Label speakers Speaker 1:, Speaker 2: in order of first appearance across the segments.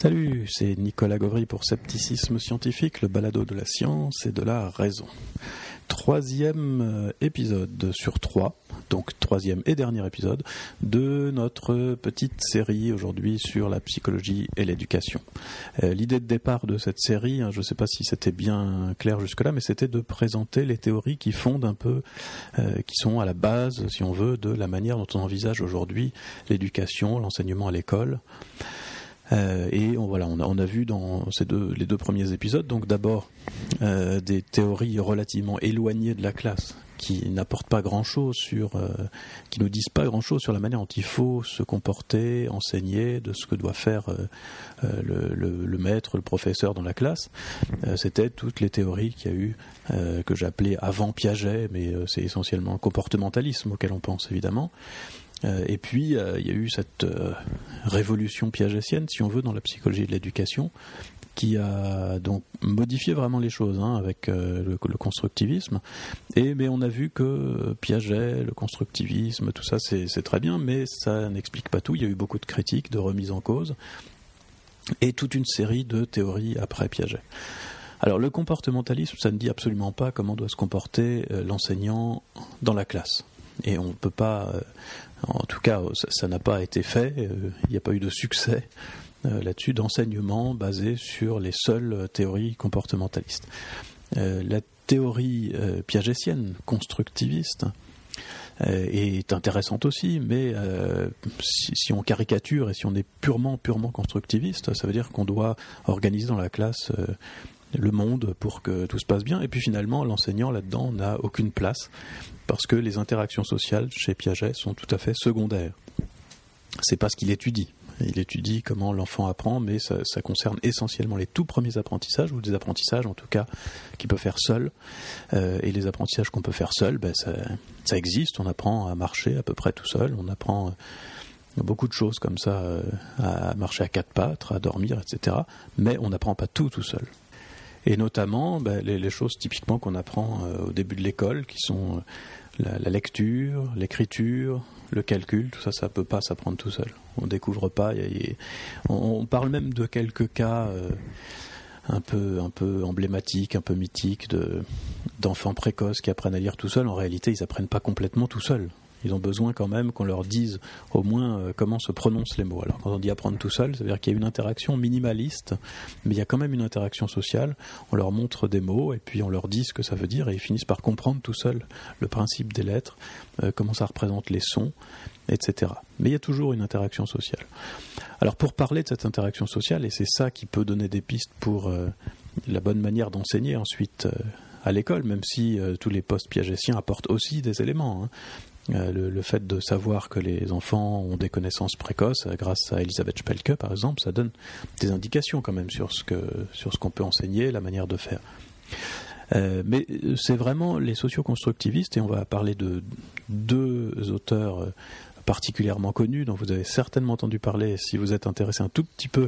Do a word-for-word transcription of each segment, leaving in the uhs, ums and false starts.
Speaker 1: Salut, c'est Nicolas Gauvry pour Scepticisme Scientifique, le balado de la science et de la raison. Troisième épisode sur trois, donc troisième et dernier épisode de notre petite série aujourd'hui sur la psychologie et l'éducation. Euh, l'idée de départ de cette série, hein, je ne sais pas si c'était bien clair jusque-là, mais c'était de présenter les théories qui fondent un peu, euh, qui sont à la base, si on veut, de la manière dont on envisage aujourd'hui l'éducation, l'enseignement à l'école. Euh, et on, voilà, on a, on a vu dans ces deux, les deux premiers épisodes, donc d'abord euh, des théories relativement éloignées de la classe, qui n'apportent pas grand-chose sur, euh, qui nous disent pas grand-chose sur la manière dont il faut se comporter, enseigner, de ce que doit faire euh, euh, le, le, le maître, le professeur dans la classe. Euh, c'était toutes les théories qu'il y a eu, euh, que j'appelais avant Piaget, mais euh, c'est essentiellement le comportementalisme auquel on pense évidemment. Euh, et puis, euh, il y a eu cette euh, révolution piagétienne, si on veut, dans la psychologie de l'éducation, qui a donc modifié vraiment les choses hein, avec euh, le, le constructivisme. Et mais on a vu que Piaget, le constructivisme, tout ça, c'est, c'est très bien, mais ça n'explique pas tout. Il y a eu beaucoup de critiques, de remises en cause, et toute une série de théories après Piaget. Alors, le comportementalisme, ça ne dit absolument pas comment doit se comporter euh, l'enseignant dans la classe. Et on ne peut pas, euh, en tout cas, ça, ça n'a pas été fait, il euh, n'y a pas eu de succès euh, là-dessus d'enseignement basé sur les seules théories comportementalistes. Euh, la théorie euh, piagétienne, constructiviste, euh, est intéressante aussi, mais euh, si, si on caricature et si on est purement, purement constructiviste, ça veut dire qu'on doit organiser dans la classe euh, le monde pour que tout se passe bien, et puis finalement l'enseignant là-dedans n'a aucune place parce que les interactions sociales chez Piaget sont tout à fait secondaires. C'est pas ce qu'il étudie. Il étudie comment l'enfant apprend, mais ça, ça concerne essentiellement les tout premiers apprentissages, ou des apprentissages en tout cas qu'il peut faire seul. Euh, et les apprentissages qu'on peut faire seul, ben ça, ça existe. On apprend à marcher à peu près tout seul. On apprend euh, beaucoup de choses comme ça, euh, à marcher à quatre pattes, à dormir, et cetera. Mais on n'apprend pas tout tout seul. Et notamment ben, les, les choses typiquement qu'on apprend euh, au début de l'école, qui sont euh, la, la lecture, l'écriture, le calcul, tout ça, ça ne peut pas s'apprendre tout seul. On ne découvre pas. Y a, y a, on, on parle même de quelques cas euh, un peu, un peu emblématiques, un peu mythiques, de, d'enfants précoces qui apprennent à lire tout seuls. En réalité, ils n'apprennent pas complètement tout seuls. Ils ont besoin quand même qu'on leur dise au moins euh, comment se prononcent les mots. Alors quand on dit apprendre tout seul, ça veut dire qu'il y a une interaction minimaliste, mais il y a quand même une interaction sociale. On leur montre des mots et puis on leur dit ce que ça veut dire et ils finissent par comprendre tout seuls le principe des lettres, euh, comment ça représente les sons, et cetera. Mais il y a toujours une interaction sociale. Alors pour parler de cette interaction sociale, et c'est ça qui peut donner des pistes pour euh, la bonne manière d'enseigner ensuite euh, à l'école, même si euh, tous les postes piagétiens apportent aussi des éléments, hein. Euh, le, le fait de savoir que les enfants ont des connaissances précoces, euh, grâce à Elisabeth Spelke par exemple, ça donne des indications quand même sur ce, que, sur ce qu'on peut enseigner, la manière de faire. Euh, mais c'est vraiment les socioconstructivistes, et on va parler de deux auteurs particulièrement connus, dont vous avez certainement entendu parler si vous êtes intéressé un tout petit peu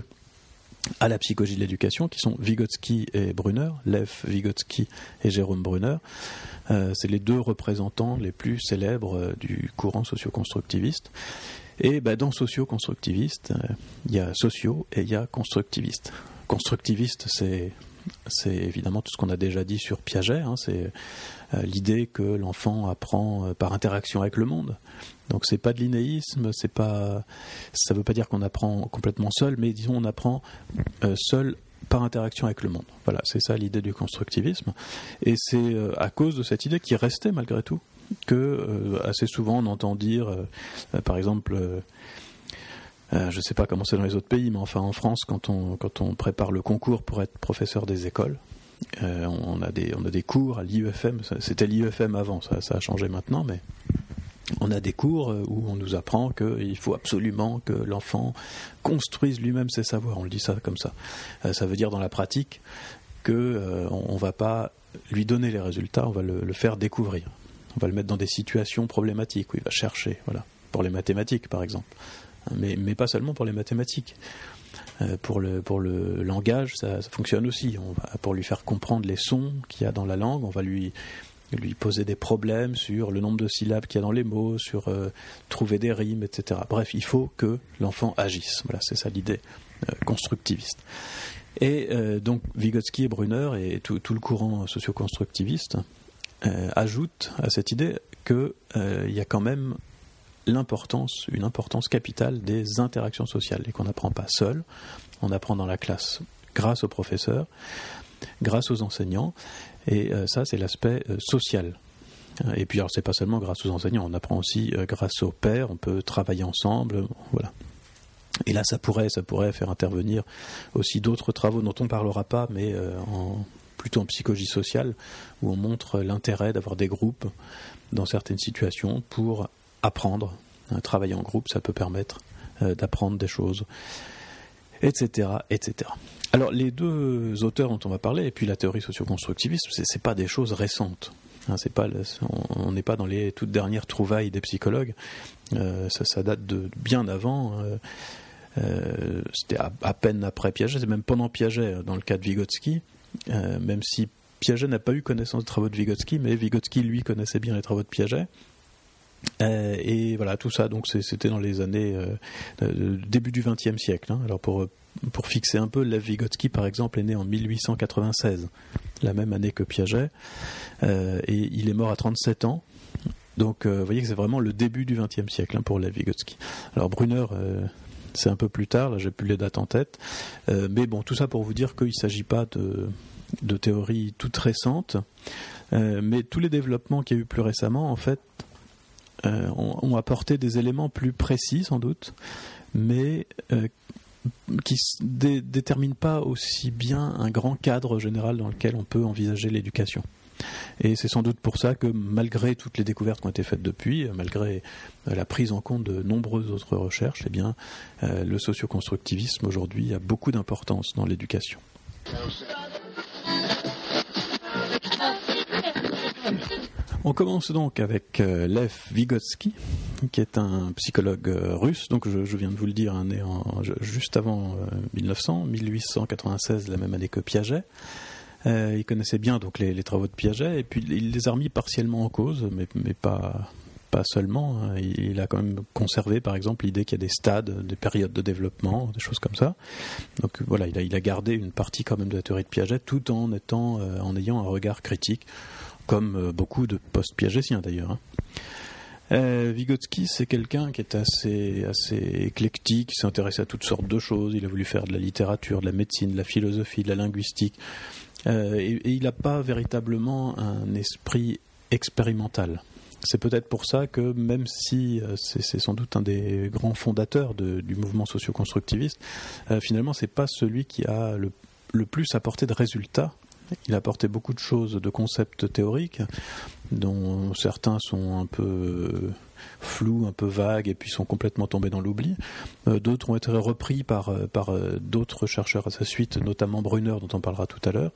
Speaker 1: à la psychologie de l'éducation, qui sont Vygotsky et Brunner, Lev Vygotsky et Jérôme Brunner. Euh, c'est les deux représentants les plus célèbres euh, du courant socio-constructiviste. Et ben, dans socio-constructiviste, il euh, y a socio et il y a constructiviste. Constructiviste, c'est, c'est évidemment tout ce qu'on a déjà dit sur Piaget, hein, c'est euh, l'idée que l'enfant apprend euh, par interaction avec le monde. Donc c'est pas de l'innéisme, c'est pas, ça veut pas dire qu'on apprend complètement seul, mais disons on apprend euh, seul par interaction avec le monde. Voilà, c'est ça l'idée du constructivisme. Et c'est euh, à cause de cette idée qui restait malgré tout que euh, assez souvent on entend dire, euh, euh, par exemple, euh, euh, je ne sais pas comment c'est dans les autres pays, mais enfin en France, quand on, quand on prépare le concours pour être professeur des écoles, euh, on, a des, on a des cours à l'I E F M, c'était l'I E F M avant, ça, ça a changé maintenant, mais on a des cours où on nous apprend qu'il faut absolument que l'enfant construise lui-même ses savoirs. On le dit ça comme ça. Euh, ça veut dire dans la pratique qu'on euh, ne va pas lui donner les résultats, on va le, le faire découvrir. On va le mettre dans des situations problématiques où il va chercher, voilà, pour les mathématiques par exemple. Mais, mais pas seulement pour les mathématiques. Euh, pour, le, pour le langage, ça, ça fonctionne aussi. On va, pour lui faire comprendre les sons qu'il y a dans la langue, on va lui lui poser des problèmes sur le nombre de syllabes qu'il y a dans les mots, sur euh, trouver des rimes, et cetera. Bref, il faut que l'enfant agisse. Voilà, c'est ça l'idée euh, constructiviste. Et euh, donc Vygotsky et Brunner et tout, tout le courant socio-constructiviste euh, ajoutent à cette idée qu'il euh, y a quand même l'importance, une importance capitale des interactions sociales et qu'on n'apprend pas seul, on apprend dans la classe grâce aux professeurs, grâce aux enseignants, et euh, ça c'est l'aspect euh, social. Et puis alors c'est pas seulement grâce aux enseignants, on apprend aussi euh, grâce aux pairs, on peut travailler ensemble, voilà. Et là ça pourrait, ça pourrait faire intervenir aussi d'autres travaux dont on ne parlera pas, mais euh, en, plutôt en psychologie sociale, où on montre l'intérêt d'avoir des groupes dans certaines situations pour apprendre. Hein, travailler en groupe, ça peut permettre euh, d'apprendre des choses, et cetera, et cetera. Alors, les deux auteurs dont on va parler, et puis la théorie socio-constructiviste, c'est, c'est pas des choses récentes. Hein, c'est pas, on n'est pas dans les toutes dernières trouvailles des psychologues. Euh, ça, ça date de bien avant. Euh, euh, c'était à, à peine après Piaget, c'est même pendant Piaget, dans le cas de Vygotsky, euh, même si Piaget n'a pas eu connaissance des travaux de Vygotsky, mais Vygotsky, lui, connaissait bien les travaux de Piaget. Euh, et voilà, tout ça, donc c'est, c'était dans les années euh, euh, début du vingtième siècle. Hein. Alors pour pour fixer un peu, Lev Vygotsky par exemple est né en mille huit cent quatre-vingt-seize, la même année que Piaget, euh, et il est mort à trente-sept ans. Donc euh, vous voyez que c'est vraiment le début du vingtième siècle hein, pour Lev Vygotsky. Alors Brunner, euh, c'est un peu plus tard, là j'ai plus les dates en tête, euh, mais bon, tout ça pour vous dire qu'il ne s'agit pas de de théories toutes récentes, euh, mais tous les développements qu'il y a eu plus récemment, en fait, Euh, ont, ont apporté des éléments plus précis sans doute, mais euh, qui ne dé- déterminent pas aussi bien un grand cadre général dans lequel on peut envisager l'éducation. Et c'est sans doute pour ça que malgré toutes les découvertes qui ont été faites depuis, malgré euh, la prise en compte de nombreuses autres recherches, eh bien, euh, le socio-constructivisme aujourd'hui a beaucoup d'importance dans l'éducation. On commence donc avec euh, Lev Vygotsky, qui est un psychologue euh, russe, donc je, je viens de vous le dire, hein, né en, je, juste avant euh, mille neuf cents, mille huit cent quatre-vingt-seize, la même année que Piaget. Euh, il connaissait bien donc les, les travaux de Piaget, et puis il les a remis partiellement en cause, mais, mais pas, pas seulement. Hein. Il, il a quand même conservé, par exemple, l'idée qu'il y a des stades, des périodes de développement, des choses comme ça. Donc voilà, il a, il a gardé une partie quand même de la théorie de Piaget, tout en étant, euh, en ayant un regard critique, comme beaucoup de post-piagétiens d'ailleurs. Hein. Euh, Vygotsky, c'est quelqu'un qui est assez, assez éclectique, qui s'est intéressé à toutes sortes de choses. Il a voulu faire de la littérature, de la médecine, de la philosophie, de la linguistique. Euh, et, et il n'a pas véritablement un esprit expérimental. C'est peut-être pour ça que même si euh, c'est, c'est sans doute un des grands fondateurs de, du mouvement socio-constructiviste, euh, finalement c'est pas celui qui a le, le plus apporté de résultats. Il a apporté beaucoup de choses, de concepts théoriques, dont certains sont un peu flous, un peu vagues, et puis sont complètement tombés dans l'oubli. Euh, d'autres ont été repris par, par d'autres chercheurs à sa suite, notamment Brunner, dont on parlera tout à l'heure.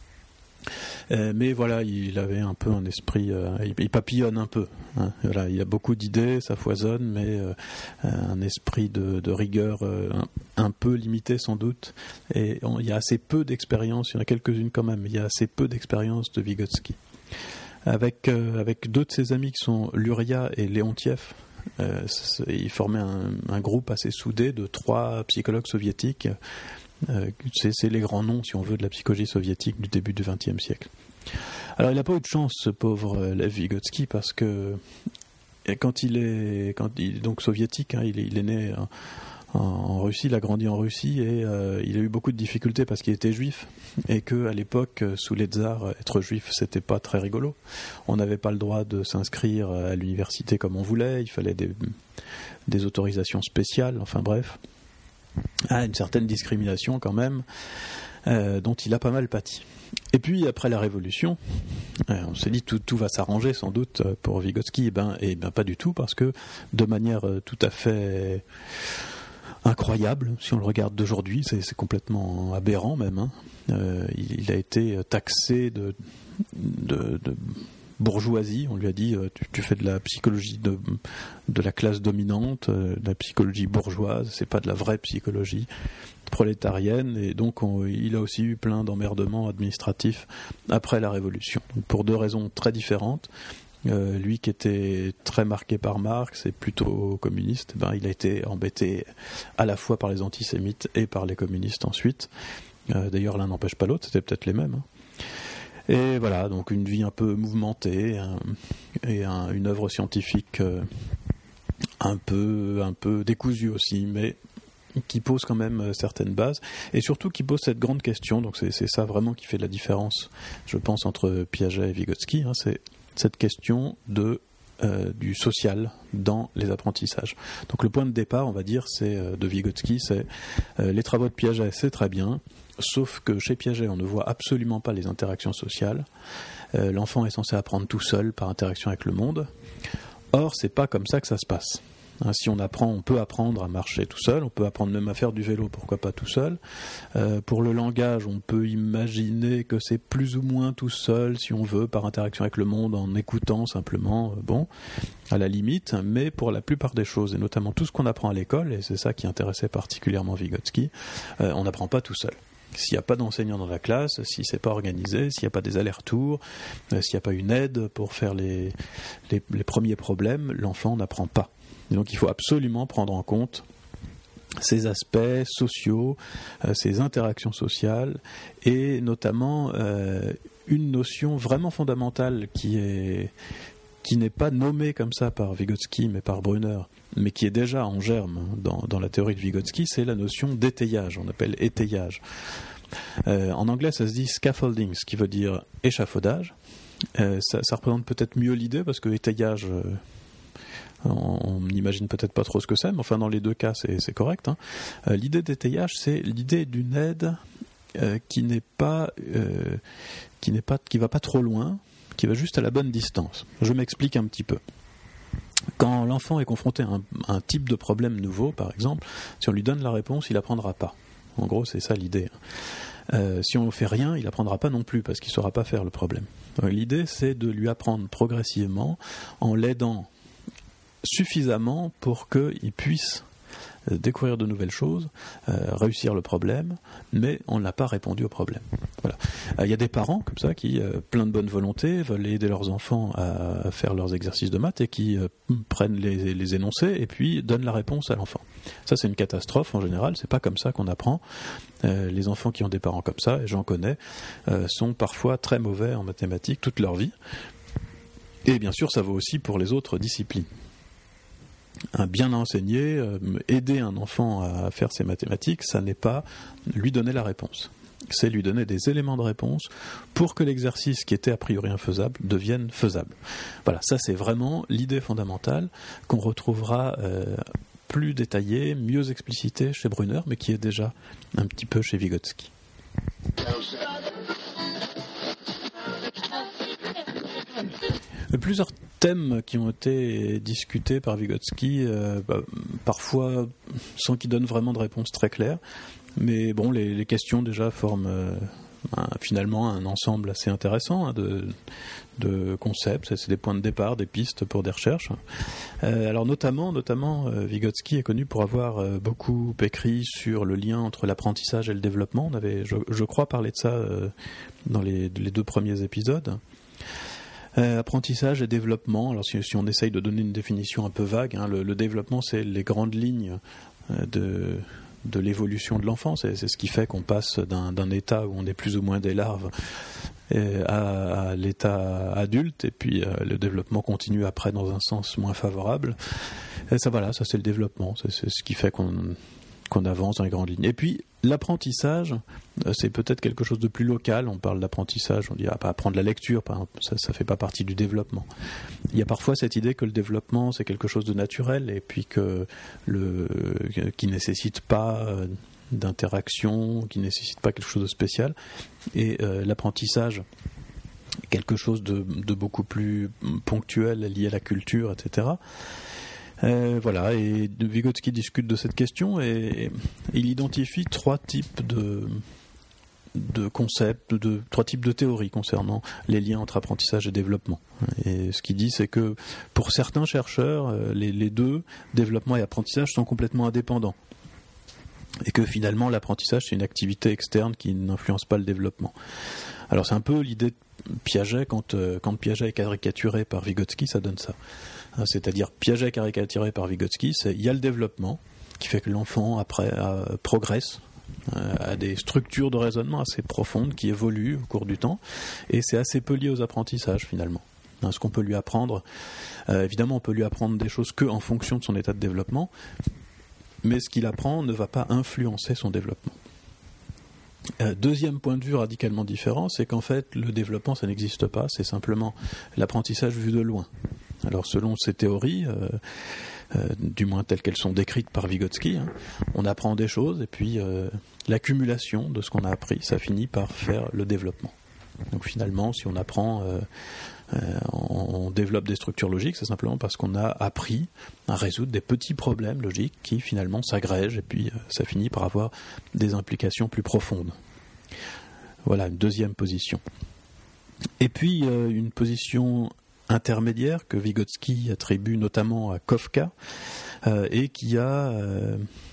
Speaker 1: Euh, mais voilà, il avait un peu un esprit, euh, il, il papillonne un peu. Hein, voilà, il y a beaucoup d'idées, ça foisonne, mais euh, un esprit de, de rigueur euh, un, un peu limité sans doute. Et on, il y a assez peu d'expérience, il y en a quelques-unes quand même, mais il y a assez peu d'expérience de Vygotsky. Avec, euh, avec deux de ses amis qui sont Luria et Leontiev, euh, ils formaient un, un groupe assez soudé de trois psychologues soviétiques. Euh, c'est, c'est les grands noms, si on veut, de la psychologie soviétique du début du vingtième siècle. Alors il n'a pas eu de chance, ce pauvre Lev Vygotsky, parce que quand il est, quand il est donc soviétique, hein, il, est, il est né en, en Russie, il a grandi en Russie, et euh, il a eu beaucoup de difficultés parce qu'il était juif, et qu'à l'époque, sous les tsars, être juif, c'était pas très rigolo. On n'avait pas le droit de s'inscrire à l'université comme on voulait, il fallait des, des autorisations spéciales, enfin bref. Ah, une certaine discrimination quand même, euh, dont il a pas mal pâti. Et puis après la Révolution, euh, on s'est dit tout, tout va s'arranger sans doute pour Vygotsky, et ben, et ben pas du tout, parce que de manière tout à fait incroyable, si on le regarde d'aujourd'hui, c'est, c'est complètement aberrant même. Hein. Euh, il, il a été taxé de, de, de bourgeoisie, on lui a dit euh, tu, tu fais de la psychologie de, de la classe dominante, euh, de la psychologie bourgeoise, c'est pas de la vraie psychologie, prolétarienne, et donc on, il a aussi eu plein d'emmerdements administratifs après la Révolution, donc pour deux raisons très différentes. Euh, lui qui était très marqué par Marx et plutôt communiste, ben, il a été embêté à la fois par les antisémites et par les communistes ensuite. Euh, d'ailleurs l'un n'empêche pas l'autre, c'était peut-être les mêmes, hein. Et voilà, donc une vie un peu mouvementée, un, et un, une œuvre scientifique euh, un peu, un peu décousue aussi, mais qui pose quand même certaines bases, et surtout qui pose cette grande question. Donc c'est, c'est ça vraiment qui fait la différence, je pense, entre Piaget et Vygotsky, hein, c'est cette question de, euh, du social dans les apprentissages. Donc le point de départ, on va dire, c'est euh, de Vygotsky, c'est euh, les travaux de Piaget, c'est très bien, sauf que chez Piaget, on ne voit absolument pas les interactions sociales. Euh, l'enfant est censé apprendre tout seul par interaction avec le monde. Or, c'est pas comme ça que ça se passe. Hein, si on apprend, on peut apprendre à marcher tout seul, on peut apprendre même à faire du vélo, pourquoi pas tout seul. Euh, pour le langage, on peut imaginer que c'est plus ou moins tout seul, si on veut, par interaction avec le monde, en écoutant simplement, euh, bon, à la limite, mais pour la plupart des choses, et notamment tout ce qu'on apprend à l'école, et c'est ça qui intéressait particulièrement Vygotsky, euh, on n'apprend pas tout seul. S'il n'y a pas d'enseignant dans la classe, si c'est pas organisé, s'il n'y a pas des allers-retours, euh, s'il n'y a pas une aide pour faire les, les, les premiers problèmes, l'enfant n'apprend pas. Et donc il faut absolument prendre en compte ces aspects sociaux, euh, ces interactions sociales, et notamment euh, une notion vraiment fondamentale qui est qui n'est pas nommée comme ça par Vygotsky mais par Brunner, mais qui est déjà en germe dans, dans la théorie de Vygotsky, c'est la notion d'étayage, on appelle étayage. Euh, en anglais ça se dit scaffolding, ce qui veut dire échafaudage. Euh, ça, ça représente peut-être mieux l'idée, parce que étayage... Euh, on n'imagine peut-être pas trop ce que c'est, mais enfin dans les deux cas c'est, c'est correct, hein. Euh, l'idée d'étayage, c'est l'idée d'une aide euh, qui n'est pas, euh, qui n'est pas, qui va pas trop loin, qui va juste à la bonne distance. Je m'explique un petit peu. Quand l'enfant est confronté à un, un type de problème nouveau, par exemple, si on lui donne la réponse, il n'apprendra pas. En gros, c'est ça l'idée. Euh, si on ne fait rien, il n'apprendra pas non plus, parce qu'il ne saura pas faire le problème. Donc, l'idée, c'est de lui apprendre progressivement en l'aidant suffisamment pour qu'il puisse découvrir de nouvelles choses, euh, réussir le problème, mais on n'a pas répondu au problème. Voilà. Il euh, y a des parents comme ça qui, euh, plein de bonne volonté, veulent aider leurs enfants à, à faire leurs exercices de maths et qui euh, prennent les, les énoncés et puis donnent la réponse à l'enfant. Ça, c'est une catastrophe en général, c'est pas comme ça qu'on apprend. Euh, les enfants qui ont des parents comme ça, et j'en connais, euh, sont parfois très mauvais en mathématiques toute leur vie. Et bien sûr, ça vaut aussi pour les autres disciplines. Un bien enseigner, euh, aider un enfant à faire ses mathématiques, ça n'est pas lui donner la réponse. C'est lui donner des éléments de réponse pour que l'exercice qui était a priori infaisable devienne faisable. Voilà, ça c'est vraiment l'idée fondamentale qu'on retrouvera euh, plus détaillée, mieux explicitée chez Brunner, mais qui est déjà un petit peu chez Vygotsky. Plusieurs thèmes qui ont été discutés par Vygotsky, euh, bah, parfois sans qu'il donne vraiment de réponse très claire, mais bon, les, les questions déjà forment euh, un, finalement un ensemble assez intéressant, hein, de, de concepts, c'est des points de départ, des pistes pour des recherches. Euh, alors notamment, notamment euh, Vygotsky est connu pour avoir euh, beaucoup écrit sur le lien entre l'apprentissage et le développement. On avait, je, je crois, parlé de ça euh, dans les, les deux premiers épisodes. Euh, apprentissage et développement, alors si, si on essaye de donner une définition un peu vague, hein, le, le développement c'est les grandes lignes euh, de, de l'évolution de l'enfant, c'est, c'est ce qui fait qu'on passe d'un, d'un état où on est plus ou moins des larves et à, à l'état adulte, et puis euh, le développement continue après dans un sens moins favorable. Et ça voilà, ça c'est le développement, c'est, c'est ce qui fait qu'on... qu'on avance dans les grandes lignes. Et puis, l'apprentissage, c'est peut-être quelque chose de plus local. On parle d'apprentissage, on dit ah, apprendre la lecture, par exemple, ça ne fait pas partie du développement. Il y a parfois cette idée que le développement, c'est quelque chose de naturel, et puis que le, qui ne nécessite pas d'interaction, qui ne nécessite pas quelque chose de spécial. Et euh, l'apprentissage, quelque chose de, de beaucoup plus ponctuel, lié à la culture, et cetera, Euh, voilà, et Vygotsky discute de cette question et, et il identifie trois types de, de concepts, de, trois types de théories concernant les liens entre apprentissage et développement. Et ce qu'il dit, c'est que pour certains chercheurs, les, les deux, développement et apprentissage, sont complètement indépendants. et que finalement l'apprentissage c'est une activité externe qui n'influence pas le développement. Alors c'est un peu l'idée de Piaget, quand, euh, quand Piaget est caricaturé par Vygotsky, ça donne ça. Hein, c'est-à-dire Piaget caricaturé par Vygotsky, c'est il y a le développement qui fait que l'enfant après euh, progresse, euh, a des structures de raisonnement assez profondes qui évoluent au cours du temps, et c'est assez peu lié aux apprentissages finalement. Hein, ce qu'on peut lui apprendre, euh, évidemment on peut lui apprendre des choses que en fonction de son état de développement, mais ce qu'il apprend ne va pas influencer son développement. Euh, deuxième point de vue radicalement différent, c'est qu'en fait le développement ça n'existe pas, c'est simplement l'apprentissage vu de loin. Alors selon ces théories, euh, euh, du moins telles qu'elles sont décrites par Vygotsky, hein, on apprend des choses et puis euh, l'accumulation de ce qu'on a appris, ça finit par faire le développement. Donc finalement, si on apprend, euh, euh, on développe des structures logiques, c'est simplement parce qu'on a appris à résoudre des petits problèmes logiques qui finalement s'agrègent et puis euh, ça finit par avoir des implications plus profondes. Voilà une deuxième position. Et puis euh, une position intermédiaire que Vygotsky attribue notamment à Kafka euh, et qui a euh,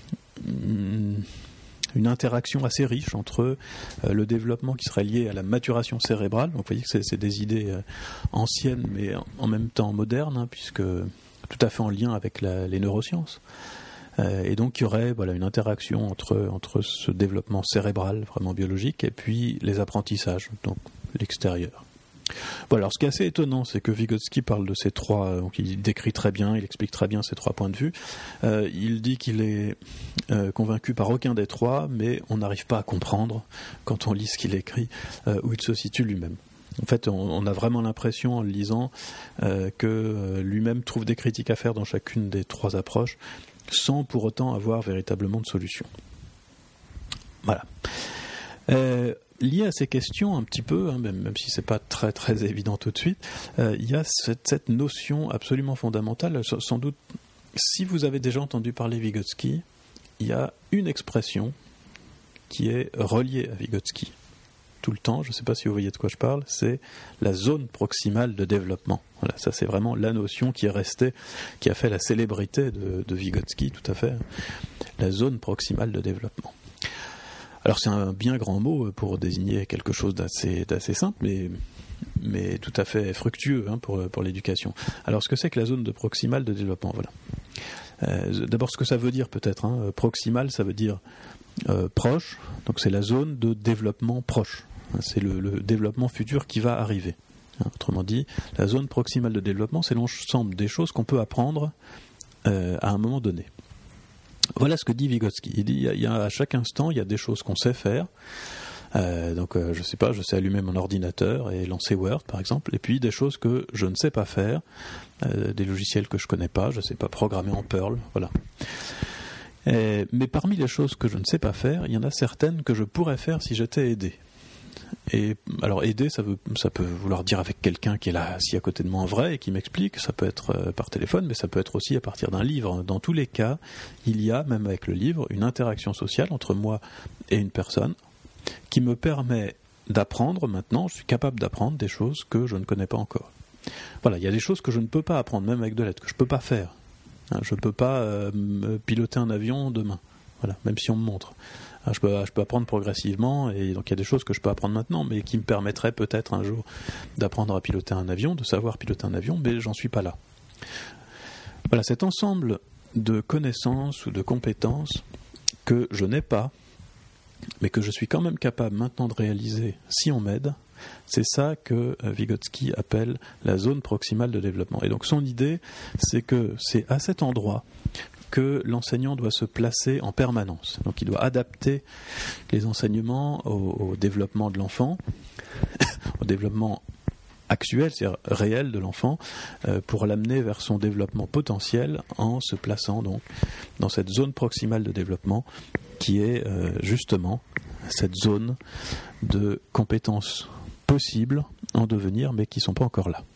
Speaker 1: une interaction assez riche entre euh, le développement qui serait lié à la maturation cérébrale. Donc vous voyez que c'est, c'est des idées euh, anciennes mais en même temps modernes, hein, puisque tout à fait en lien avec la, les neurosciences. Euh, et donc il y aurait voilà, une interaction entre, entre ce développement cérébral vraiment biologique et puis les apprentissages, donc l'extérieur. Voilà, alors ce qui est assez étonnant, c'est que Vygotsky parle de ces trois, donc il décrit très bien, il explique très bien ces trois points de vue. Euh, il dit qu'il est euh, convaincu par aucun des trois, mais on n'arrive pas à comprendre, quand on lit ce qu'il écrit, euh, où il se situe lui-même. En fait, on, on a vraiment l'impression, en le lisant, euh, que euh, lui-même trouve des critiques à faire dans chacune des trois approches, sans pour autant avoir véritablement de solution. Voilà. Euh, Lié à ces questions un petit peu, hein, même, même si c'est pas très très évident tout de suite, euh, il y a cette, cette notion absolument fondamentale. Sans doute, si vous avez déjà entendu parler Vygotsky, il y a une expression qui est reliée à Vygotsky tout le temps. Je ne sais pas si vous voyez de quoi je parle. C'est la zone proximale de développement. Voilà, ça c'est vraiment la notion qui est restée, qui a fait la célébrité de, de Vygotsky, tout à fait. La zone proximale de développement. Alors c'est un bien grand mot pour désigner quelque chose d'assez, d'assez simple, mais, mais tout à fait fructueux hein, pour, pour l'éducation. Alors ce que c'est que la zone de proximale de développement, voilà. Euh, d'abord ce que ça veut dire peut-être, hein, proximal ça veut dire euh, proche, donc c'est la zone de développement proche, hein, c'est le, le développement futur qui va arriver. Hein, autrement dit, la zone proximale de développement c'est l'ensemble des choses qu'on peut apprendre euh, à un moment donné. Voilà ce que dit Vygotsky. Il dit il y a, il y a, à chaque instant, il y a des choses qu'on sait faire. Euh, donc, euh, je sais pas, je sais allumer mon ordinateur et lancer Word, par exemple. Et puis, des choses que je ne sais pas faire, euh, des logiciels que je connais pas, je sais pas programmer en Perl, voilà. Et, mais parmi les choses que je ne sais pas faire, il y en a certaines que je pourrais faire si j'étais aidé. Et alors aider, ça, veut, ça peut vouloir dire avec quelqu'un qui est là assis à côté de moi en vrai et qui m'explique, ça peut être euh, par téléphone, mais ça peut être aussi à partir d'un livre. Dans tous les cas, il y a, même avec le livre, une interaction sociale entre moi et une personne qui me permet d'apprendre maintenant, je suis capable d'apprendre des choses que je ne connais pas encore. Voilà, il y a des choses que je ne peux pas apprendre, même avec de l'aide, que je ne peux pas faire. Hein, je ne peux pas euh, piloter un avion demain, voilà, même si on me montre. Je peux, je peux apprendre progressivement, et donc il y a des choses que je peux apprendre maintenant, mais qui me permettraient peut-être un jour d'apprendre à piloter un avion, de savoir piloter un avion, mais j'en suis pas là. Voilà, cet ensemble de connaissances ou de compétences que je n'ai pas, mais que je suis quand même capable maintenant de réaliser si on m'aide, c'est ça que Vygotsky appelle la zone proximale de développement. Et donc son idée, c'est que c'est à cet endroit que l'enseignant doit se placer en permanence. Donc il doit adapter les enseignements au, au développement de l'enfant, au développement actuel, c'est-à-dire réel de l'enfant, euh, pour l'amener vers son développement potentiel en se plaçant donc dans cette zone proximale de développement qui est euh, justement cette zone de compétences possibles en devenir mais qui ne sont pas encore là.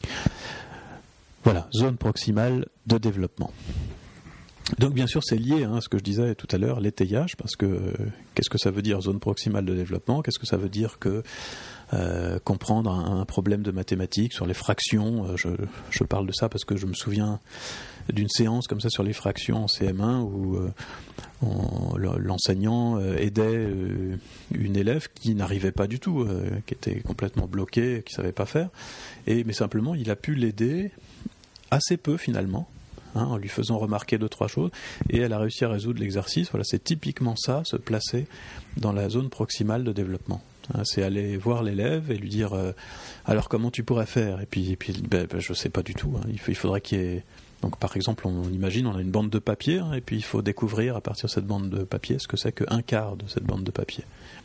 Speaker 1: Voilà, zone proximale de développement. Donc bien sûr c'est lié hein, à ce que je disais tout à l'heure, l'étayage, parce que euh, qu'est-ce que ça veut dire zone proximale de développement ? Qu'est-ce que ça veut dire que euh, comprendre un, un problème de mathématiques sur les fractions, euh, je, je parle de ça parce que je me souviens d'une séance comme ça sur les fractions en C M un où euh, on, l'enseignant aidait une élève qui n'arrivait pas du tout, qui était complètement bloquée, qui ne savait pas faire, et, mais simplement il a pu l'aider assez peu finalement, hein, en lui faisant remarquer deux, trois choses, et elle a réussi à résoudre l'exercice. Voilà, c'est typiquement ça, se placer dans la zone proximale de développement. Hein, c'est aller voir l'élève et lui dire euh, alors comment tu pourrais faire, et puis, et puis ben, ben, je ne sais pas du tout, hein, il, faut, il faudrait qu'il y ait... Donc par exemple, on imagine, on a une bande de papier, hein, et puis il faut découvrir à partir de cette bande de papier ce que c'est qu'un quart de cette bande de papier.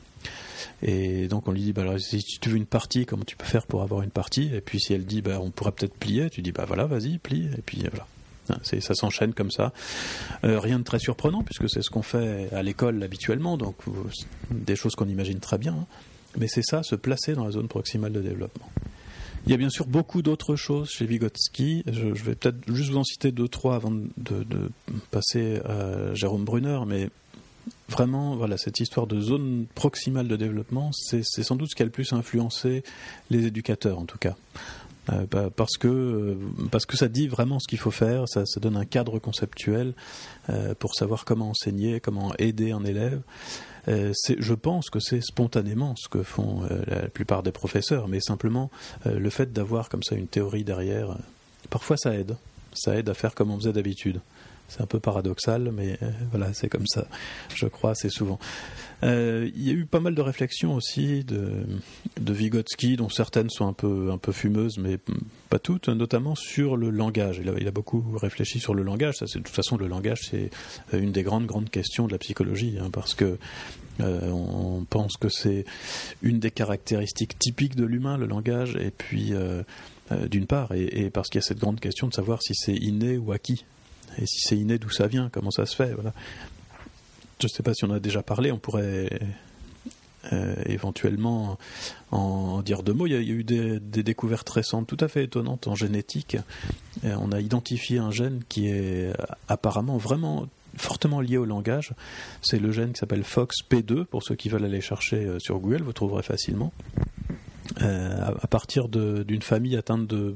Speaker 1: Et donc on lui dit, bah, alors, si tu veux une partie, comment tu peux faire pour avoir une partie? Et puis si elle dit, bah, on pourrait peut-être plier, tu dis, bah voilà, vas-y, plie, et puis voilà. C'est, ça s'enchaîne comme ça. Euh, rien de très surprenant, puisque c'est ce qu'on fait à l'école habituellement, donc des choses qu'on imagine très bien, hein. Mais c'est ça, se placer dans la zone proximale de développement. Il y a bien sûr beaucoup d'autres choses chez Vygotsky. Je, je vais peut-être juste vous en citer deux, trois avant de, de passer à Jérôme Brunner, mais vraiment, voilà, cette histoire de zone proximale de développement, c'est, c'est sans doute ce qui a le plus influencé les éducateurs, en tout cas. Euh, bah, parce que euh, parce que ça dit vraiment ce qu'il faut faire, ça, ça donne un cadre conceptuel euh, pour savoir comment enseigner, comment aider un élève. Euh, c'est, je pense que c'est spontanément ce que font euh, la plupart des professeurs, mais simplement euh, le fait d'avoir comme ça une théorie derrière, euh, parfois ça aide, ça aide à faire comme on faisait d'habitude. C'est un peu paradoxal, mais euh, voilà, c'est comme ça, je crois, assez souvent. Euh, il y a eu pas mal de réflexions aussi de, de Vygotsky, dont certaines sont un peu, un peu fumeuses, mais pas toutes, notamment sur le langage. Il a, il a beaucoup réfléchi sur le langage. Ça, c'est, de toute façon, le langage, c'est une des grandes, grandes questions de la psychologie, hein, parce que euh, on pense que c'est une des caractéristiques typiques de l'humain, le langage, et puis, euh, euh, d'une part, et, et parce qu'il y a cette grande question de savoir si c'est inné ou acquis. Et si c'est inné, d'où ça vient, comment ça se fait, voilà. Je ne sais pas si on a déjà parlé, on pourrait euh, éventuellement en, en dire deux mots. Il y a, il y a eu des, des découvertes récentes tout à fait étonnantes en génétique. Et on a identifié un gène qui est apparemment vraiment fortement lié au langage. C'est le gène qui s'appelle F O X P deux, pour ceux qui veulent aller chercher sur Google, vous trouverez facilement. Euh, à, à partir de, d'une famille atteinte de...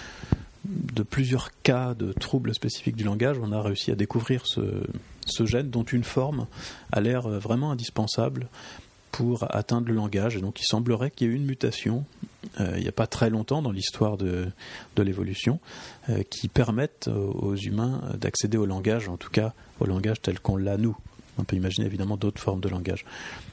Speaker 1: de plusieurs cas de troubles spécifiques du langage, on a réussi à découvrir ce, ce gène dont une forme a l'air vraiment indispensable pour atteindre le langage. Et donc il semblerait qu'il y ait eu une mutation, euh, il n'y a pas très longtemps dans l'histoire de, de l'évolution, euh, qui permette aux humains d'accéder au langage, en tout cas au langage tel qu'on l'a nous. On peut imaginer évidemment d'autres formes de langage.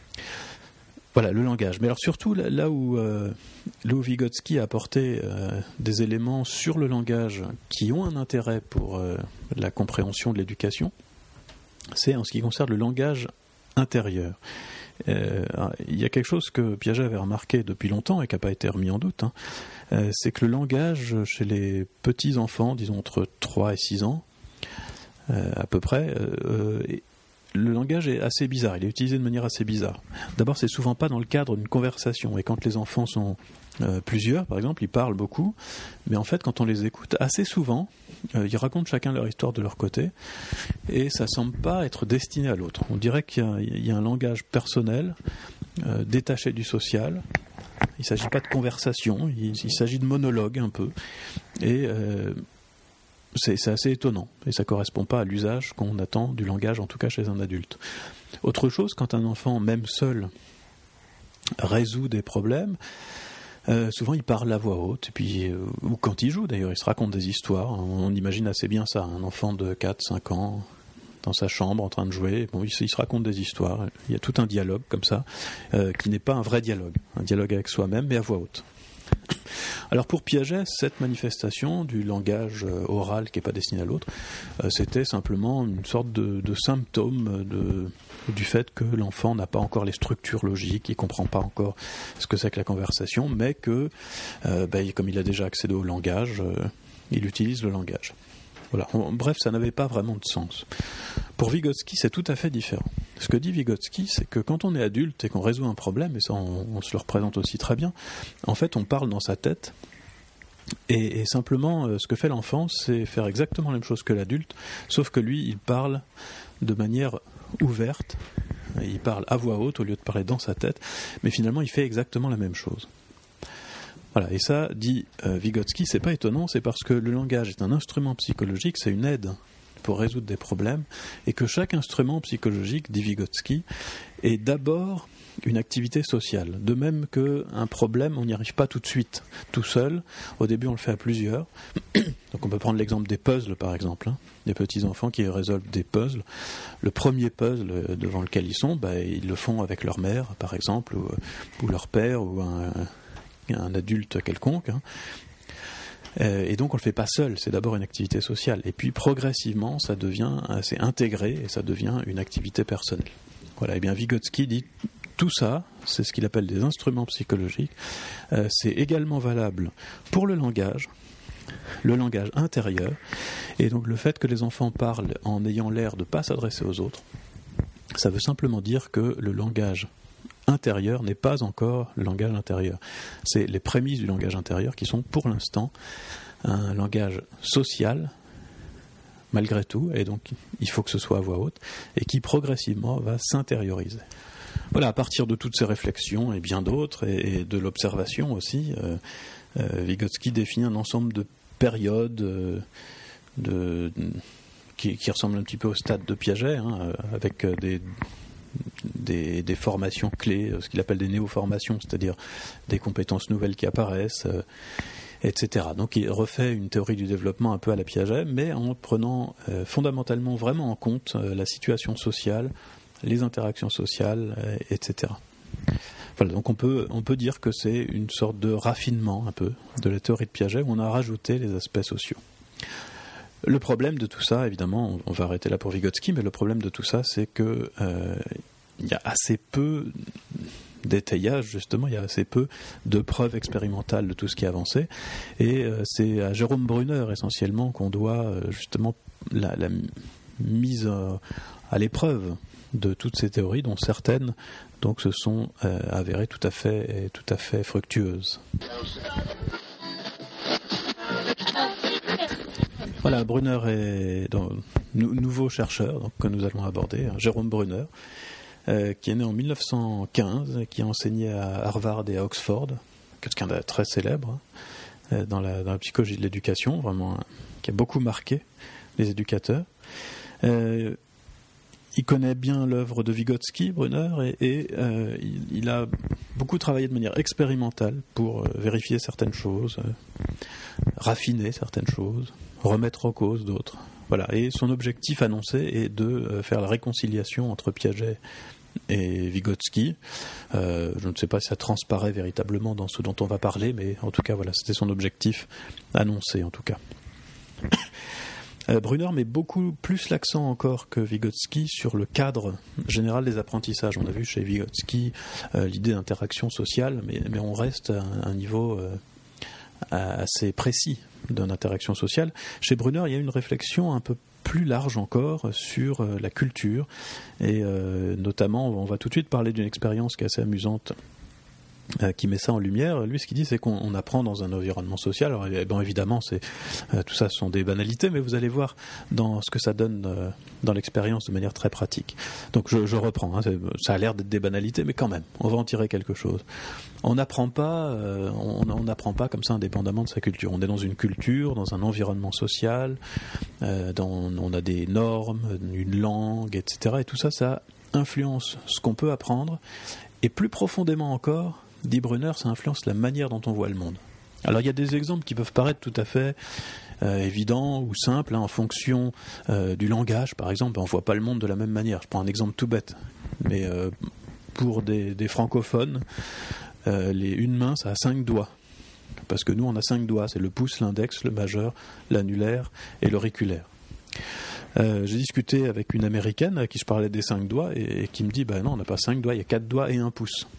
Speaker 1: Voilà, le langage. Mais alors surtout, là où, euh, là où Vygotsky a apporté euh, des éléments sur le langage qui ont un intérêt pour euh, la compréhension de l'éducation, c'est en ce qui concerne le langage intérieur. Euh, il y a quelque chose que Piaget avait remarqué depuis longtemps et qui n'a pas été remis en doute, hein, euh, c'est que le langage chez les petits-enfants, disons entre trois et six ans, euh, à peu près, euh, est le langage est assez bizarre, il est utilisé de manière assez bizarre. D'abord, c'est souvent pas dans le cadre d'une conversation, et quand les enfants sont euh, plusieurs, par exemple, ils parlent beaucoup, mais en fait, quand on les écoute, assez souvent, euh, ils racontent chacun leur histoire de leur côté, et ça semble pas être destiné à l'autre. On dirait qu'il y a, il y a un langage personnel, euh, détaché du social. Il s'agit pas de conversation, il, il s'agit de monologue un peu, et euh, C'est, c'est assez étonnant, et ça ne correspond pas à l'usage qu'on attend du langage, en tout cas chez un adulte. Autre chose, quand un enfant, même seul, résout des problèmes, euh, souvent il parle à voix haute, et puis, euh, ou quand il joue d'ailleurs, il se raconte des histoires. On imagine assez bien ça, un enfant de quatre cinq ans, dans sa chambre, en train de jouer, bon, il, se, il se raconte des histoires. Il y a tout un dialogue comme ça, euh, qui n'est pas un vrai dialogue, un dialogue avec soi-même, mais à voix haute. Alors pour Piaget, cette manifestation du langage oral qui n'est pas destiné à l'autre, euh, c'était simplement une sorte de, de symptôme de, du fait que l'enfant n'a pas encore les structures logiques, il ne comprend pas encore ce que c'est que la conversation, mais que, euh, ben, comme il a déjà accédé au langage, euh, il utilise le langage. Voilà. Bref, ça n'avait pas vraiment de sens. Pour Vygotsky, c'est tout à fait différent. Ce que dit Vygotsky, c'est que quand on est adulte et qu'on résout un problème, et ça on, on se le représente aussi très bien, en fait on parle dans sa tête, et, et simplement euh, ce que fait l'enfant, c'est faire exactement la même chose que l'adulte, sauf que lui, il parle de manière ouverte, il parle à voix haute au lieu de parler dans sa tête, mais finalement il fait exactement la même chose. Voilà, et ça, dit euh, Vygotsky, c'est pas étonnant, c'est parce que le langage est un instrument psychologique, c'est une aide pour résoudre des problèmes, et que chaque instrument psychologique, dit Vygotsky, est d'abord une activité sociale. De même qu'un problème, on n'y arrive pas tout de suite, tout seul. Au début, on le fait à plusieurs. Donc on peut prendre l'exemple des puzzles, par exemple. Hein. Des petits-enfants qui résolvent des puzzles. Le premier puzzle devant lequel ils sont, bah, ils le font avec leur mère, par exemple, ou, ou leur père, ou un, un adulte quelconque. Hein. Et donc on ne le fait pas seul, c'est d'abord une activité sociale. Et puis progressivement, ça devient assez intégré et ça devient une activité personnelle. Voilà, et bien Vygotsky dit tout ça, c'est ce qu'il appelle des instruments psychologiques. Euh, c'est également valable pour le langage, le langage intérieur, et donc le fait que les enfants parlent en ayant l'air de ne pas s'adresser aux autres, ça veut simplement dire que le langage intérieur n'est pas encore le langage intérieur. C'est les prémices du langage intérieur qui sont pour l'instant un langage social, malgré tout, et donc il faut que ce soit à voix haute, et qui progressivement va s'intérioriser. Voilà, à partir de toutes ces réflexions et bien d'autres, et, et de l'observation aussi, euh, euh, Vygotsky définit un ensemble de périodes euh, de, qui, qui ressemblent un petit peu au stade de Piaget, hein, avec des Des, des formations clés, ce qu'il appelle des néo-formations, c'est-à-dire des compétences nouvelles qui apparaissent, euh, et cetera. Donc il refait une théorie du développement un peu à la Piaget, mais en prenant euh, fondamentalement vraiment en compte euh, la situation sociale, les interactions sociales, euh, et cetera. Voilà, donc on peut, on peut dire que c'est une sorte de raffinement un peu de la théorie de Piaget où on a rajouté les aspects sociaux. Le problème de tout ça, évidemment, on va arrêter là pour Vygotsky, mais le problème de tout ça, c'est que euh, il y a assez peu d'étayage, justement, il y a assez peu de preuves expérimentales de tout ce qui est avancé, et euh, c'est à Jérôme Brunner, essentiellement, qu'on doit, euh, justement, la, la mise euh, à l'épreuve de toutes ces théories, dont certaines donc, se sont euh, avérées tout à fait, tout à fait fructueuses. Voilà, Brunner est donc, nou- nouveau chercheur donc, que nous allons aborder, hein, Jérôme Brunner, euh, qui est né en mille neuf cent quinze, qui a enseigné à Harvard et à Oxford, quelqu'un de très célèbre hein, dans, la, dans la psychologie de l'éducation, vraiment, hein, qui a beaucoup marqué les éducateurs. Euh, il connaît bien l'œuvre de Vygotsky, Brunner, et, et euh, il, il a beaucoup travaillé de manière expérimentale pour euh, vérifier certaines choses, euh, raffiner certaines choses, remettre en cause d'autres. Voilà. Et son objectif annoncé est de euh, faire la réconciliation entre Piaget et Vygotsky. Euh, je ne sais pas si ça transparaît véritablement dans ce dont on va parler, mais en tout cas, voilà, c'était son objectif annoncé, en tout cas. Euh, Brunner met beaucoup plus l'accent encore que Vygotsky sur le cadre général des apprentissages. On a vu chez Vygotsky euh, l'idée d'interaction sociale, mais, mais on reste à un, un niveau euh, assez précis d'une interaction sociale. Chez Brunner, il y a une réflexion un peu plus large encore sur euh, la culture, et euh, notamment, on va tout de suite parler d'une expérience qui est assez amusante, Euh, qui met ça en lumière. Lui, ce qu'il dit, c'est qu'on on apprend dans un environnement social. Alors, eh, bon, évidemment, c'est, euh, tout ça sont des banalités, mais vous allez voir dans ce que ça donne euh, dans l'expérience de manière très pratique. Donc, je, je reprends. Hein, ça a l'air d'être des banalités, mais quand même, on va en tirer quelque chose. On n'apprend pas, euh, on n'apprend pas comme ça indépendamment de sa culture. On est dans une culture, dans un environnement social, euh, dans, on a des normes, une langue, et cetera. Et tout ça, ça influence ce qu'on peut apprendre, et plus profondément encore, dit Brunner, ça influence la manière dont on voit le monde. Alors il y a des exemples qui peuvent paraître tout à fait euh, évidents ou simples, hein, en fonction euh, du langage, par exemple, on ne voit pas le monde de la même manière. Je prends un exemple tout bête, mais euh, pour des, des francophones, euh, les, une main, ça a cinq doigts. Parce que nous, on a cinq doigts, c'est le pouce, l'index, le majeur, l'annulaire et l'auriculaire. Euh, j'ai discuté avec une américaine à qui je parlais des cinq doigts et, et qui me dit bah non, on n'a pas cinq doigts, il y a quatre doigts et un pouce.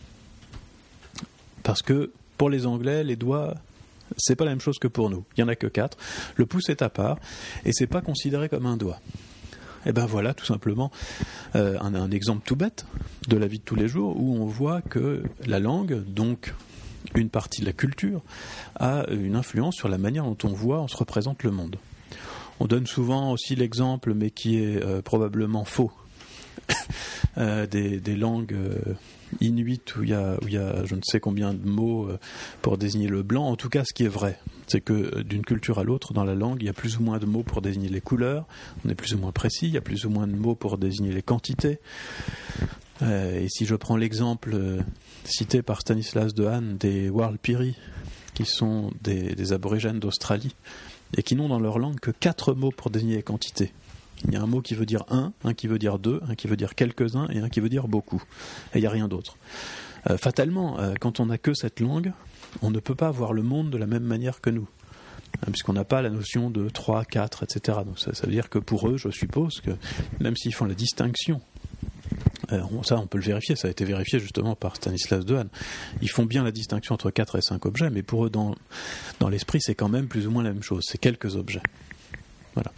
Speaker 1: Parce que pour les Anglais, les doigts, c'est pas la même chose que pour nous. Il y en a que quatre. Le pouce est à part et c'est pas considéré comme un doigt. Et ben voilà, tout simplement, euh, un, un exemple tout bête de la vie de tous les jours où on voit que la langue, donc une partie de la culture, a une influence sur la manière dont on voit, on se représente le monde. On donne souvent aussi l'exemple, mais qui est euh, probablement faux, euh, des, des langues euh, inuit où il y a, où il y a je ne sais combien de mots pour désigner le blanc. En tout cas, ce qui est vrai, c'est que d'une culture à l'autre, dans la langue, il y a plus ou moins de mots pour désigner les couleurs, on est plus ou moins précis, il y a plus ou moins de mots pour désigner les quantités. Euh, et si je prends l'exemple euh, cité par Stanislas Dehaene des Warlpiri, qui sont des, des aborigènes d'Australie, et qui n'ont dans leur langue que quatre mots pour désigner les quantités. Il y a un mot qui veut dire un, un qui veut dire deux, un qui veut dire quelques-uns et un qui veut dire beaucoup. Et il n'y a rien d'autre. Euh, fatalement, euh, quand on n'a que cette langue, on ne peut pas voir le monde de la même manière que nous. Hein, puisqu'on n'a pas la notion de trois, quatre, et cetera. Donc ça, ça veut dire que pour eux, je suppose que même s'ils font la distinction, euh, ça on peut le vérifier, ça a été vérifié justement par Stanislas Dehaene, ils font bien la distinction entre quatre et cinq objets, mais pour eux, dans, dans l'esprit, c'est quand même plus ou moins la même chose. C'est quelques objets. Voilà.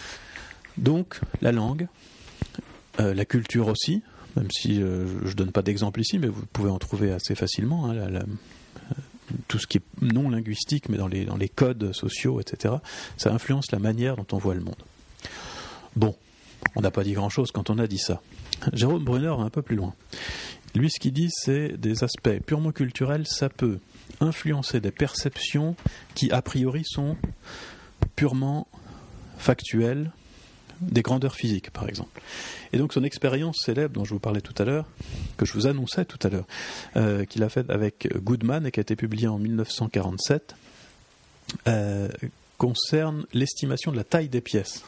Speaker 1: Donc, la langue, euh, la culture aussi, même si euh, je ne donne pas d'exemple ici, mais vous pouvez en trouver assez facilement, hein, la, la, tout ce qui est non linguistique, mais dans les, dans les codes sociaux, et cetera, ça influence la manière dont on voit le monde. Bon, on n'a pas dit grand-chose quand on a dit ça. Jérôme Brunner va un peu plus loin. Lui, ce qu'il dit, c'est des aspects purement culturels, ça peut influencer des perceptions qui, a priori, sont purement factuelles, des grandeurs physiques, par exemple. Et donc son expérience célèbre, dont je vous parlais tout à l'heure, que je vous annonçais tout à l'heure, euh, qu'il a faite avec Goodman et qui a été publiée en dix-neuf cent quarante-sept, euh, concerne l'estimation de la taille des pièces.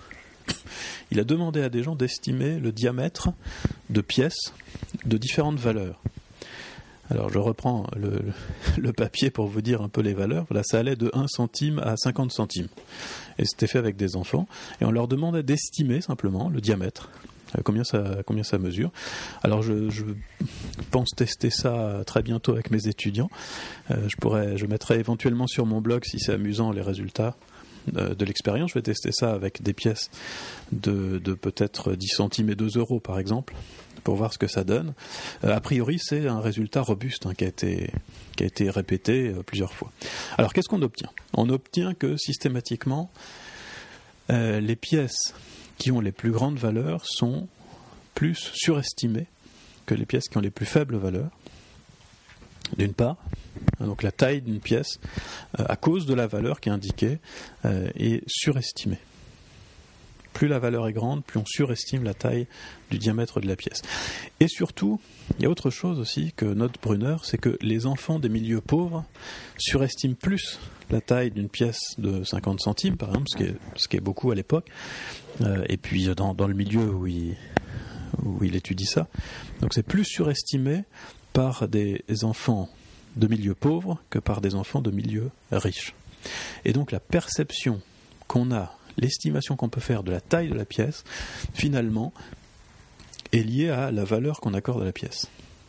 Speaker 1: Il a demandé à des gens d'estimer le diamètre de pièces de différentes valeurs. Alors je reprends le, le papier pour vous dire un peu les valeurs. Voilà, ça allait de un centime à cinquante centimes. Et c'était fait avec des enfants. Et on leur demandait d'estimer simplement le diamètre, combien ça, combien ça mesure. Alors je, je pense tester ça très bientôt avec mes étudiants. Euh, je, pourrais, je mettrai éventuellement sur mon blog, si c'est amusant, les résultats de l'expérience. Je vais tester ça avec des pièces de, de peut-être dix centimes et deux euros par exemple, pour voir ce que ça donne. Euh, a priori, c'est un résultat robuste hein, qui a été, qui a été répété euh, plusieurs fois. Alors, qu'est-ce qu'on obtient ? On obtient que systématiquement, euh, les pièces qui ont les plus grandes valeurs sont plus surestimées que les pièces qui ont les plus faibles valeurs. D'une part, donc la taille d'une pièce, euh, à cause de la valeur qui est indiquée, euh, est surestimée. Plus la valeur est grande, plus on surestime la taille du diamètre de la pièce. Et surtout, il y a autre chose aussi que note Brunner, c'est que les enfants des milieux pauvres surestiment plus la taille d'une pièce de cinquante centimes, par exemple, ce qui est, ce qui est beaucoup à l'époque, euh, et puis dans, dans le milieu où il, où il étudie ça. Donc c'est plus surestimé par des enfants de milieux pauvres que par des enfants de milieux riches. Et donc la perception qu'on a, l'estimation qu'on peut faire de la taille de la pièce, finalement, est liée à la valeur qu'on accorde à la pièce.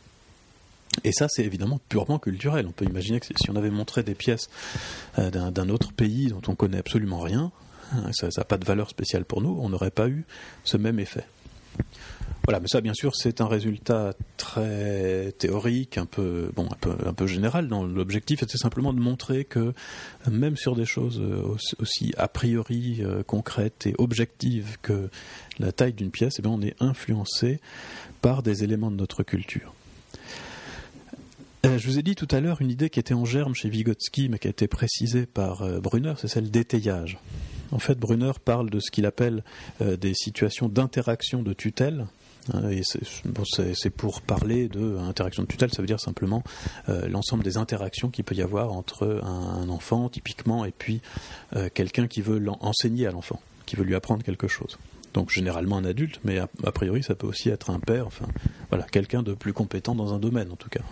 Speaker 1: Et ça, c'est évidemment purement culturel. On peut imaginer que si on avait montré des pièces euh, d'un, d'un autre pays dont on connaît absolument rien, hein, ça n'a pas de valeur spéciale pour nous, on n'aurait pas eu ce même effet. Voilà, mais ça, bien sûr, c'est un résultat très théorique, un peu, bon, un peu, un peu général. Dans l'objectif, c'était simplement de montrer que même sur des choses aussi, aussi a priori euh, concrètes et objectives que la taille d'une pièce, eh bien, on est influencé par des éléments de notre culture. Euh, je vous ai dit tout à l'heure une idée qui était en germe chez Vygotsky, mais qui a été précisée par euh, Brunner, c'est celle d'étayage. En fait, Brunner parle de ce qu'il appelle euh, des situations d'interaction de tutelle. Et c'est, bon, c'est, c'est pour parler de interaction de tutelle, ça veut dire simplement euh, l'ensemble des interactions qu'il peut y avoir entre un, un enfant typiquement et puis euh, quelqu'un qui veut enseigner à l'enfant, qui veut lui apprendre quelque chose. Donc généralement un adulte, mais a, a priori ça peut aussi être un père, enfin voilà, quelqu'un de plus compétent dans un domaine en tout cas.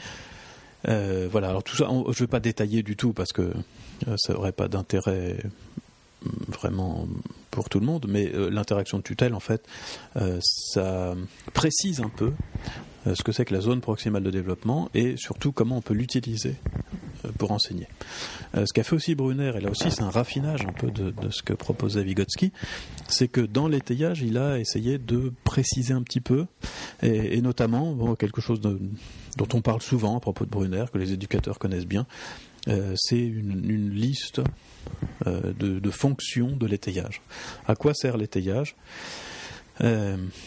Speaker 1: Euh, voilà, alors tout ça, on, je ne vais pas détailler du tout parce que euh, ça n'aurait pas d'intérêt vraiment pour tout le monde, mais euh, l'interaction de tutelle, en fait, euh, ça précise un peu euh, ce que c'est que la zone proximale de développement et surtout comment on peut l'utiliser euh, pour enseigner. Euh, ce qu'a fait aussi Brunner, et là aussi c'est un raffinage un peu de, de ce que proposait Vygotsky, c'est que dans l'étayage, il a essayé de préciser un petit peu, et, et notamment bon, quelque chose de, dont on parle souvent à propos de Brunner, que les éducateurs connaissent bien, euh, c'est une, une liste euh, de, de fonctions de l'étayage. À quoi sert l'étayage ?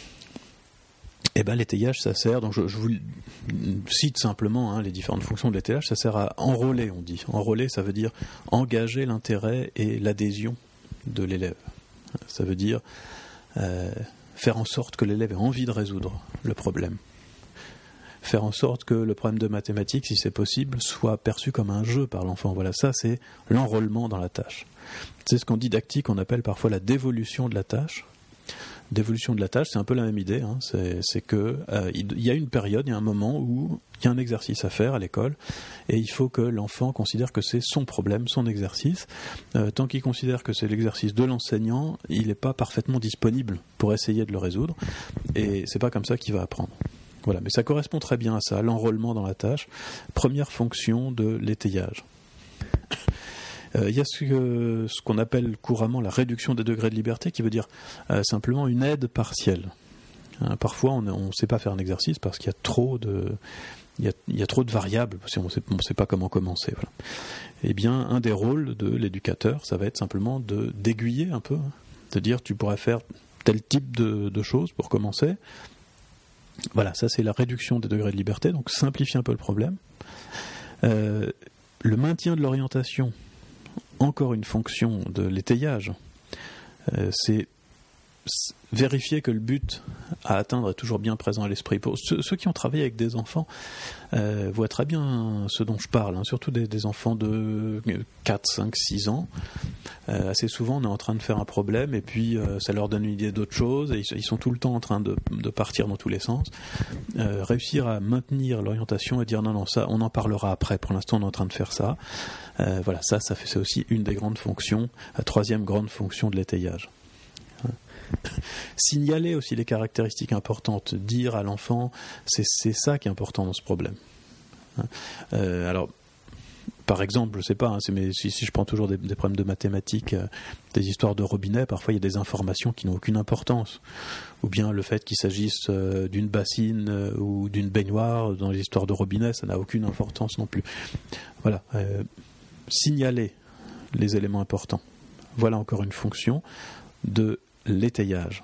Speaker 1: euh, Eh ben, l'étayage, ça sert, donc je, je vous cite simplement hein, les différentes fonctions de l'étayage, ça sert à enrôler, on dit. Enrôler, ça veut dire engager l'intérêt et l'adhésion de l'élève. Ça veut dire euh, faire en sorte que l'élève ait envie de résoudre le problème. Faire en sorte que le problème de mathématiques, si c'est possible, soit perçu comme un jeu par l'enfant. Voilà, ça c'est l'enrôlement dans la tâche. C'est ce qu'en didactique, on appelle parfois la dévolution de la tâche. Dévolution de la tâche, c'est un peu la même idée. Hein. C'est, c'est que euh, il y a une période, il y a un moment où il y a un exercice à faire à l'école, et il faut que l'enfant considère que c'est son problème, son exercice. Euh, tant qu'il considère que c'est l'exercice de l'enseignant, il n'est pas parfaitement disponible pour essayer de le résoudre, et c'est pas comme ça qu'il va apprendre. Voilà, mais ça correspond très bien à ça, l'enrôlement dans la tâche, première fonction de l'étayage. Il euh, y a ce, que, ce qu'on appelle couramment la réduction des degrés de liberté, qui veut dire euh, simplement une aide partielle. Hein, parfois, on ne sait pas faire un exercice parce qu'il y a trop de, il y a, il y a trop de variables, parce qu'on ne sait pas comment commencer. Voilà. Eh bien, un des rôles de l'éducateur, ça va être simplement de, d'aiguiller un peu, hein, de dire tu pourrais faire tel type de, de choses pour commencer. Voilà, ça c'est la réduction des degrés de liberté, donc simplifier un peu le problème. Euh, le maintien de l'orientation, encore une fonction de l'étayage, euh, c'est vérifier que le but à atteindre est toujours bien présent à l'esprit. Pour ceux, ceux qui ont travaillé avec des enfants euh, voient très bien ce dont je parle, hein, surtout des, des enfants de quatre, cinq, six ans. Euh, assez souvent, on est en train de faire un problème et puis euh, ça leur donne une idée d'autre chose et ils, ils sont tout le temps en train de, de partir dans tous les sens. Euh, réussir à maintenir l'orientation et dire non, non, ça, on en parlera après. Pour l'instant, on est en train de faire ça. Euh, voilà, ça, ça fait, c'est aussi une des grandes fonctions, la troisième grande fonction de l'étayage. Signaler aussi les caractéristiques importantes, dire à l'enfant, c'est, c'est ça qui est important dans ce problème. Euh, alors, par exemple, je sais pas, hein, c'est, mais si, si je prends toujours des, des problèmes de mathématiques, euh, des histoires de robinet, parfois il y a des informations qui n'ont aucune importance. Ou bien le fait qu'il s'agisse euh, d'une bassine euh, ou d'une baignoire, dans les histoires de robinet, ça n'a aucune importance non plus. Voilà. Euh, signaler les éléments importants. Voilà encore une fonction de l'étayage.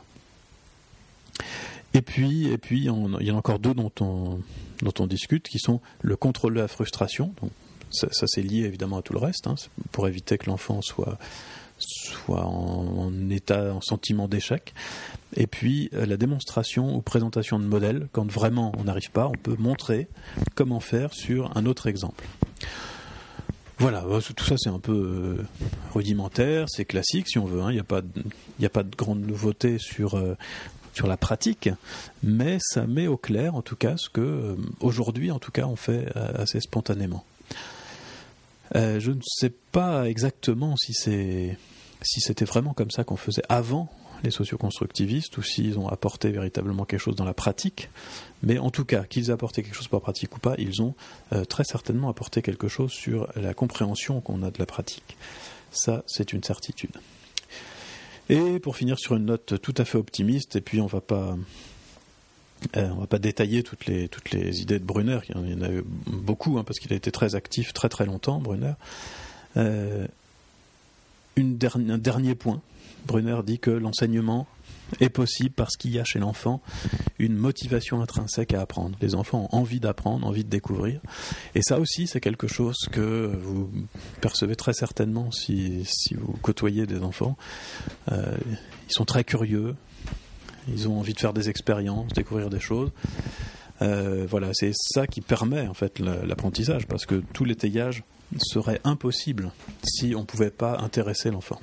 Speaker 1: Et puis, et puis on, il y en a encore deux dont on, dont on discute, qui sont le contrôle de la frustration. Donc, ça, ça c'est lié évidemment à tout le reste, hein, pour éviter que l'enfant soit, soit en, en état, en sentiment d'échec. Et puis euh, la démonstration ou présentation de modèles, quand vraiment on n'arrive pas, on peut montrer comment faire sur un autre exemple. Voilà, tout ça c'est un peu rudimentaire, c'est classique si on veut, hein. Il n'y a pas de, il n'y a pas de grande nouveauté sur, euh, sur la pratique, mais ça met au clair en tout cas ce que, euh, aujourd'hui en tout cas, on fait euh, assez spontanément. Euh, je ne sais pas exactement si, c'est, si c'était vraiment comme ça qu'on faisait avant les socioconstructivistes, ou s'ils ont apporté véritablement quelque chose dans la pratique, mais en tout cas, qu'ils aient apporté quelque chose pour la pratique ou pas, ils ont euh, très certainement apporté quelque chose sur la compréhension qu'on a de la pratique. Ça, c'est une certitude. Et pour finir sur une note tout à fait optimiste, et puis on va pas, euh, on va pas détailler toutes les, toutes les idées de Brunner, il y en a eu beaucoup, hein, parce qu'il a été très actif très très longtemps, Brunner. Euh, une dernière, un dernier point. Brunner dit que l'enseignement est possible parce qu'il y a chez l'enfant une motivation intrinsèque à apprendre. Les enfants ont envie d'apprendre, envie de découvrir. Et ça aussi, c'est quelque chose que vous percevez très certainement si, si vous côtoyez des enfants. Euh, ils sont très curieux, ils ont envie de faire des expériences, découvrir des choses. Euh, voilà, c'est ça qui permet en fait l'apprentissage, parce que tout l'étayage serait impossible si on ne pouvait pas intéresser l'enfant.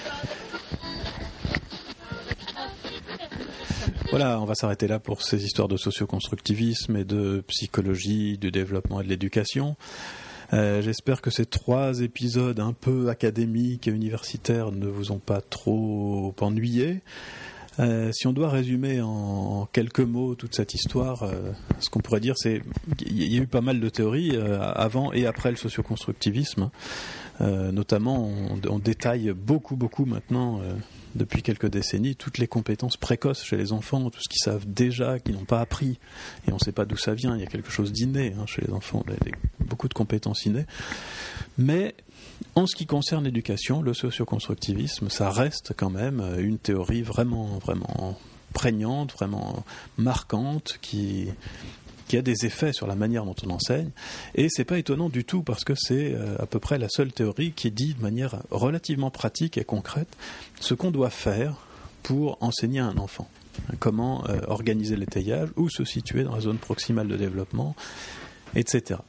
Speaker 1: Voilà, on va s'arrêter là pour ces histoires de socioconstructivisme et de psychologie, du développement et de l'éducation. Euh, j'espère que ces trois épisodes un peu académiques et universitaires ne vous ont pas trop ennuyé. Euh, si on doit résumer en, en quelques mots toute cette histoire, euh, ce qu'on pourrait dire, c'est qu'il y a eu pas mal de théories euh, avant et après le socioconstructivisme. Euh, notamment, on, on détaille beaucoup, beaucoup maintenant, euh, depuis quelques décennies, toutes les compétences précoces chez les enfants, tout ce qu'ils savent déjà, qu'ils n'ont pas appris, et on ne sait pas d'où ça vient. Il y a quelque chose d'inné, hein, chez les enfants, des, des, beaucoup de compétences innées. Mais en ce qui concerne l'éducation, le socioconstructivisme, ça reste quand même une théorie vraiment, vraiment prégnante, vraiment marquante, qui, qui a des effets sur la manière dont on enseigne. Et c'est pas étonnant du tout, parce que c'est euh, à peu près la seule théorie qui dit de manière relativement pratique et concrète ce qu'on doit faire pour enseigner à un enfant. Comment euh, organiser l'étayage, où se situer dans la zone proximale de développement, et cetera.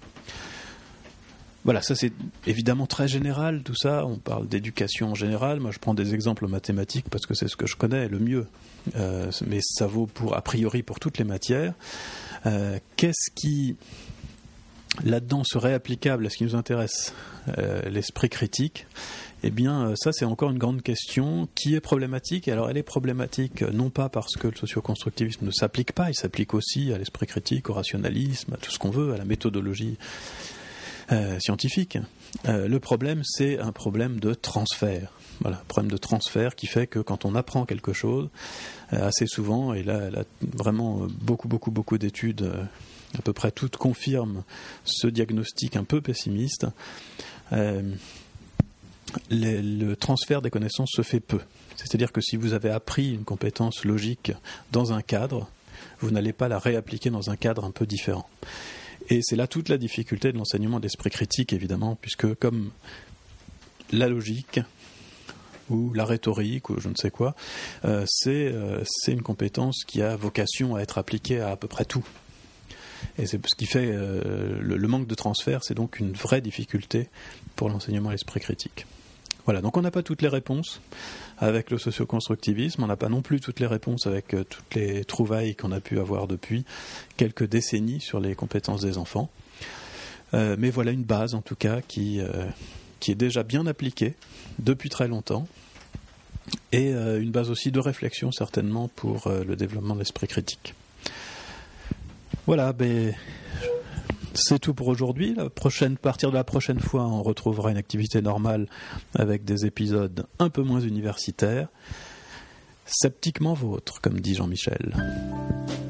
Speaker 1: Voilà, ça c'est évidemment très général, tout ça. On parle d'éducation en général. Moi, je prends des exemples mathématiques parce que c'est ce que je connais le mieux. Euh, mais ça vaut pour, a priori pour toutes les matières. Euh, qu'est-ce qui, là-dedans, serait applicable à ce qui nous intéresse, euh, l'esprit critique ? Eh bien, ça, c'est encore une grande question qui est problématique. Et alors, elle est problématique non pas parce que le socioconstructivisme ne s'applique pas, il s'applique aussi à l'esprit critique, au rationalisme, à tout ce qu'on veut, à la méthodologie Euh, scientifique. Euh, le problème, c'est un problème de transfert. Voilà, un problème de transfert qui fait que quand on apprend quelque chose, euh, assez souvent, et là, là vraiment beaucoup, beaucoup, beaucoup d'études, euh, à peu près toutes confirment ce diagnostic un peu pessimiste, euh, les, le transfert des connaissances se fait peu. C'est-à-dire que si vous avez appris une compétence logique dans un cadre, vous n'allez pas la réappliquer dans un cadre un peu différent. Et c'est là toute la difficulté de l'enseignement d'esprit critique, évidemment, puisque comme la logique ou la rhétorique ou je ne sais quoi, euh, c'est, euh, c'est une compétence qui a vocation à être appliquée à à peu près tout. Et c'est ce qui fait euh, le, le manque de transfert, c'est donc une vraie difficulté pour l'enseignement à l'esprit critique. Voilà, donc on n'a pas toutes les réponses avec le socioconstructivisme, on n'a pas non plus toutes les réponses avec euh, toutes les trouvailles qu'on a pu avoir depuis quelques décennies sur les compétences des enfants. Euh, mais voilà une base en tout cas qui, euh, qui est déjà bien appliquée depuis très longtemps et euh, une base aussi de réflexion certainement pour euh, le développement de l'esprit critique. Voilà, ben... c'est tout pour aujourd'hui. La prochaine, à partir de la prochaine fois, on retrouvera une activité normale avec des épisodes un peu moins universitaires. Sceptiquement vôtre, comme dit Jean-Michel.